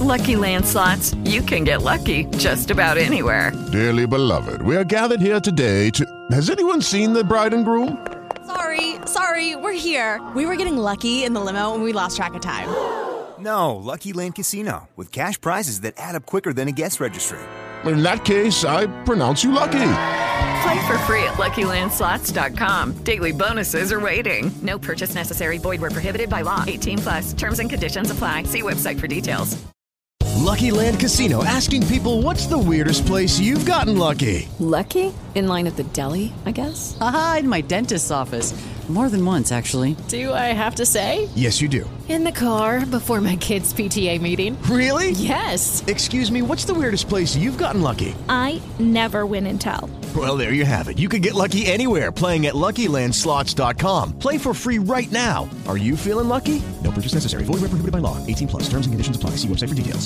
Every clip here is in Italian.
Lucky Land Slots, you can get lucky just about anywhere. Dearly beloved, we are gathered here today to... Has anyone seen the bride and groom? Sorry, we're here. We were getting lucky in the limo and we lost track of time. No, Lucky Land Casino, with cash prizes that add up quicker than a guest registry. In that case, I pronounce you lucky. Play for free at LuckyLandSlots.com. Daily bonuses are waiting. No purchase necessary. Void where prohibited by law. 18+. Terms and conditions apply. See website for details. Lucky Land Casino, asking people, what's the weirdest place you've gotten lucky? Lucky? In line at the deli, I guess? Aha, in my dentist's office. More than once, actually. Do I have to say? Yes, you do. In the car before my kids' PTA meeting. Really? Yes. Excuse me, what's the weirdest place you've gotten lucky? I never win and tell. Well, there you have it. You can get lucky anywhere, playing at LuckyLandSlots.com. Play for free right now. Are you feeling lucky? No purchase necessary. Void where prohibited by law. 18+. Terms and conditions apply. See website for details.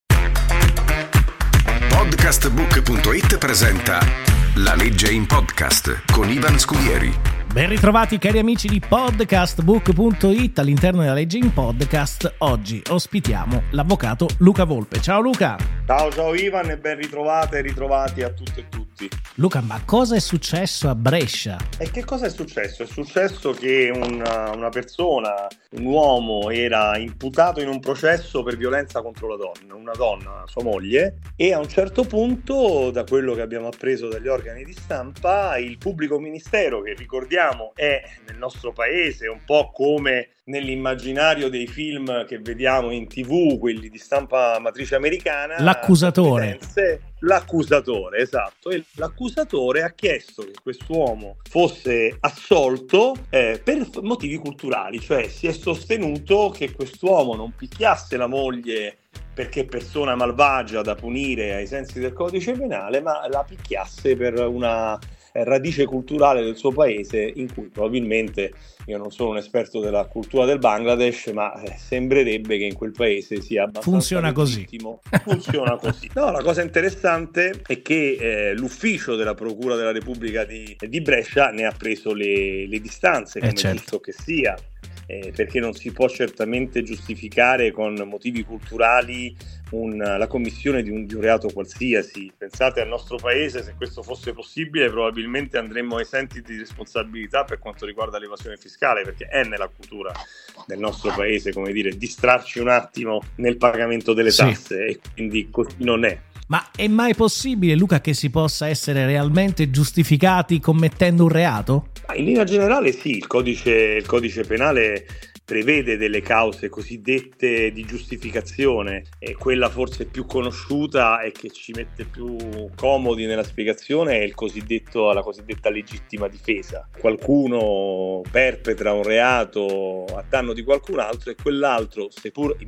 Podcastbook.it presenta La legge in podcast con Ivan Scudieri. Ben ritrovati cari amici di Podcastbook.it. All'interno della legge in podcast oggi ospitiamo l'avvocato Luca Volpe. Ciao Luca. Ciao Ivan e ben ritrovate e ritrovati a tutte e tutti. Luca, ma cosa è successo a Brescia? E che cosa è successo? È successo che una persona, un uomo, era imputato in un processo per violenza contro la donna, una donna, sua moglie, e a un certo punto, da quello che abbiamo appreso dagli organi di stampa, il pubblico ministero, che ricordiamo è nel nostro paese un po' come nell'immaginario dei film che vediamo in TV, quelli di stampa matrice americana, l'accusatore, esatto, e l'accusatore ha chiesto che quest'uomo fosse assolto per motivi culturali, cioè si è sostenuto che quest'uomo non picchiasse la moglie perché persona malvagia da punire ai sensi del codice penale, ma la picchiasse per una radice culturale del suo paese, in cui probabilmente, io non sono un esperto della cultura del Bangladesh, ma sembrerebbe che in quel paese sia abbastanza legittimo. Funziona così. No, la cosa interessante è che l'ufficio della Procura della Repubblica di Brescia ne ha preso le distanze, come certo. Giusto che sia. Perché non si può certamente giustificare con motivi culturali la commissione di un reato qualsiasi. Pensate al nostro paese, se questo fosse possibile probabilmente andremmo esenti di responsabilità per quanto riguarda l'evasione fiscale, perché è nella cultura del nostro paese, come dire, distrarci un attimo nel pagamento delle tasse, e quindi così non è. Ma è mai possibile, Luca, che si possa essere realmente giustificati commettendo un reato? In linea generale sì, il codice penale prevede delle cause cosiddette di giustificazione, e quella forse più conosciuta e che ci mette più comodi nella spiegazione è la cosiddetta legittima difesa. Qualcuno perpetra un reato a danno di qualcun altro e quell'altro, seppur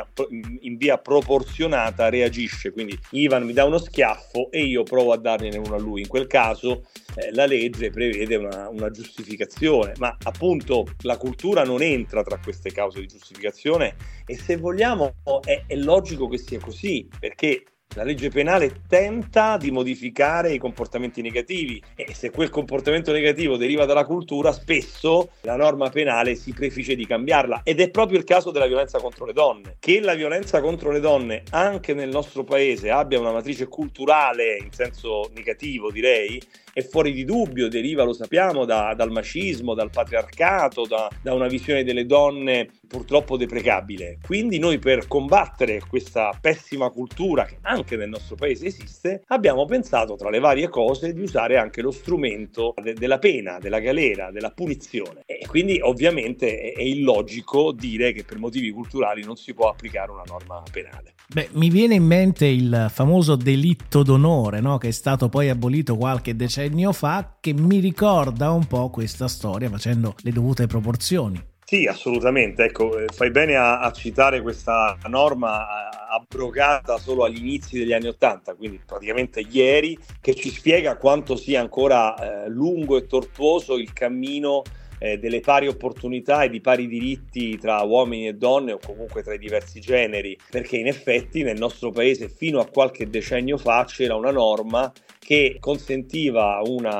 in via proporzionata, reagisce. Quindi Ivan mi dà uno schiaffo e io provo a dargliene uno a lui. In quel caso la legge prevede una giustificazione, ma appunto la cultura non entra tra queste cause di giustificazione, e se vogliamo è logico che sia così, perché la legge penale tenta di modificare i comportamenti negativi, e se quel comportamento negativo deriva dalla cultura, spesso la norma penale si prefigge di cambiarla, ed è proprio il caso della violenza contro le donne. Che la violenza contro le donne anche nel nostro paese abbia una matrice culturale in senso negativo, direi, è fuori di dubbio, deriva, lo sappiamo, dal macismo, dal patriarcato, da una visione delle donne purtroppo deprecabile. Quindi noi, per combattere questa pessima cultura che anche nel nostro paese esiste, abbiamo pensato, tra le varie cose, di usare anche lo strumento della pena, della galera, della punizione. E quindi ovviamente è illogico dire che per motivi culturali non si può applicare una norma penale. Beh, mi viene in mente il famoso delitto d'onore, no? Che è stato poi abolito qualche decennio fa, che mi ricorda un po' questa storia, facendo le dovute proporzioni. Sì, assolutamente. Ecco, fai bene a citare questa norma abrogata solo agli inizi degli anni '80, quindi praticamente ieri, che ci spiega quanto sia ancora lungo e tortuoso il cammino delle pari opportunità e di pari diritti tra uomini e donne, o comunque tra i diversi generi, perché in effetti nel nostro paese fino a qualche decennio fa c'era una norma che consentiva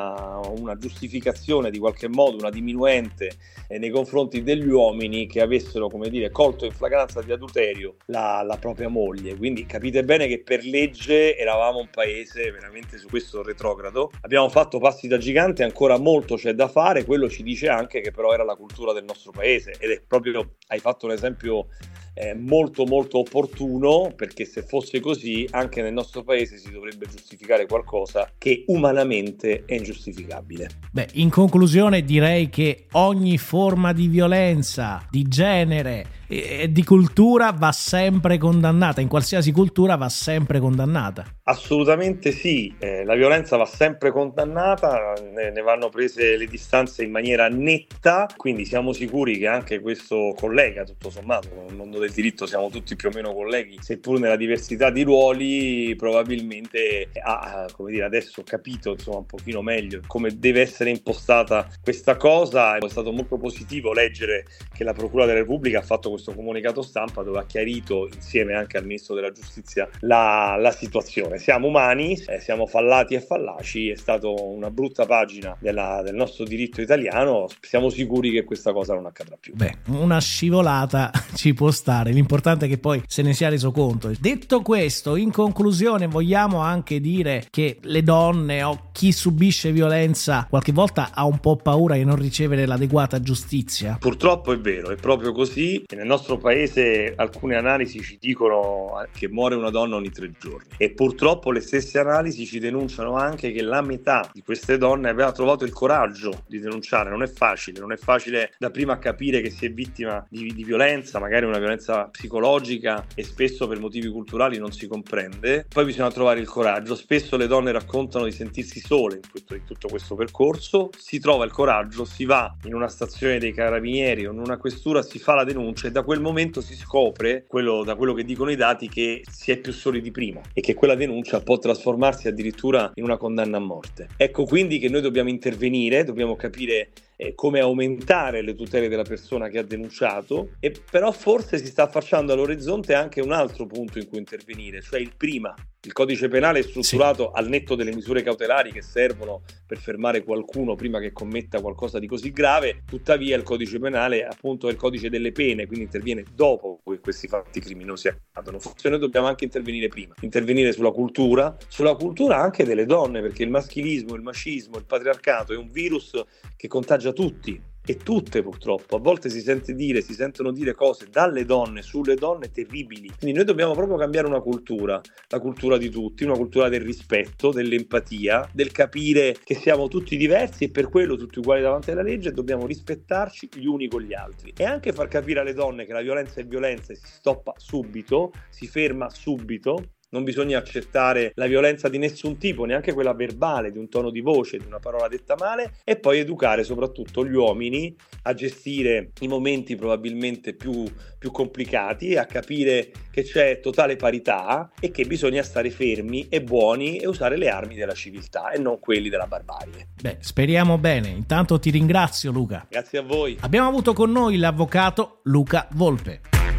una giustificazione di qualche modo, una diminuente nei confronti degli uomini che avessero, come dire, colto in flagranza di adulterio la propria moglie. Quindi capite bene che per legge eravamo un paese veramente su questo retrogrado. Abbiamo fatto passi da gigante, ancora molto c'è da fare, quello ci dice anche che però era la cultura del nostro paese, ed è proprio, hai fatto un esempio molto molto opportuno, perché se fosse così anche nel nostro paese si dovrebbe giustificare qualcosa che umanamente è ingiustificabile. Beh, in conclusione direi che ogni forma di violenza di genere e di cultura va sempre condannata, in qualsiasi cultura va sempre condannata. Assolutamente sì, la violenza va sempre condannata, ne vanno prese le distanze in maniera netta, quindi siamo sicuri che anche questo collega, tutto sommato, nel mondo del diritto siamo tutti più o meno colleghi, seppur nella diversità di ruoli, probabilmente ha, come dire, adesso capito insomma un pochino meglio come deve essere impostata questa cosa. È stato molto positivo leggere che la Procura della Repubblica ha fatto questo comunicato stampa dove ha chiarito insieme anche al Ministro della Giustizia la situazione. Siamo umani, siamo fallati e fallaci, è stata una brutta pagina del nostro diritto italiano, siamo sicuri che questa cosa non accadrà più. Beh, una scivolata ci può stare, l'importante è che poi se ne sia reso conto. Detto questo, in conclusione vogliamo anche dire che le donne o chi subisce violenza qualche volta ha un po' paura di non ricevere l'adeguata giustizia? Purtroppo è vero, è proprio così. Nel nostro paese alcune analisi ci dicono che muore una donna ogni 3 giorni e purtroppo le stesse analisi ci denunciano anche che la metà di queste donne aveva trovato il coraggio di denunciare. Non è facile da prima capire che si è vittima di violenza, magari una violenza psicologica, e spesso per motivi culturali non si comprende. Poi bisogna trovare il coraggio. Spesso le donne raccontano di sentirsi sole in tutto questo percorso. Si trova il coraggio, si va in una stazione dei carabinieri o in una questura, si fa la denuncia e da quel momento si scopre, da quello che dicono i dati, che si è più soli di prima e che quella denuncia può trasformarsi addirittura in una condanna a morte. Ecco quindi che noi dobbiamo intervenire, dobbiamo capire come aumentare le tutele della persona che ha denunciato, e però forse si sta affacciando all'orizzonte anche un altro punto in cui intervenire, cioè il prima. Il codice penale è strutturato al netto delle misure cautelari che servono per fermare qualcuno prima che commetta qualcosa di così grave, tuttavia il codice penale appunto è il codice delle pene, quindi interviene dopo che questi fatti criminosi accadono. Forse noi dobbiamo anche intervenire prima, intervenire sulla cultura anche delle donne, perché il maschilismo, il macismo, il patriarcato è un virus che contagia tutti e tutte purtroppo. A volte si sentono dire cose dalle donne, sulle donne, terribili. Quindi noi dobbiamo proprio cambiare una cultura, la cultura di tutti, una cultura del rispetto, dell'empatia, del capire che siamo tutti diversi e per quello tutti uguali davanti alla legge e dobbiamo rispettarci gli uni con gli altri. E anche far capire alle donne che la violenza è violenza e si stoppa subito, si ferma subito. Non bisogna accettare la violenza di nessun tipo, neanche quella verbale, di un tono di voce, di una parola detta male, e poi educare soprattutto gli uomini a gestire i momenti probabilmente più complicati e a capire che c'è totale parità e che bisogna stare fermi e buoni e usare le armi della civiltà e non quelli della barbarie. Beh, speriamo bene. Intanto ti ringrazio, Luca. Grazie a voi. Abbiamo avuto con noi l'avvocato Luca Volpe.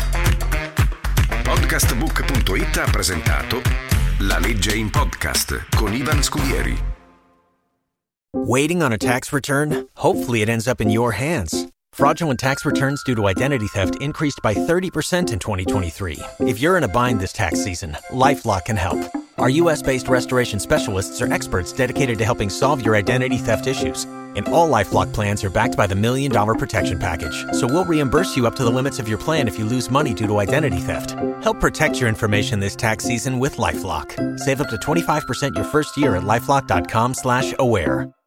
Podcastbook.it ha presentato La legge in podcast con Ivan Scudieri. Waiting on a tax return? Hopefully it ends up in your hands. Fraudulent tax returns due to identity theft increased by 30% in 2023. If you're in a bind this tax season, LifeLock can help. Our U.S.-based restoration specialists are experts dedicated to helping solve your identity theft issues. And all LifeLock plans are backed by the $1 Million Protection Package. So we'll reimburse you up to the limits of your plan if you lose money due to identity theft. Help protect your information this tax season with LifeLock. Save up to 25% your first year at LifeLock.com/aware.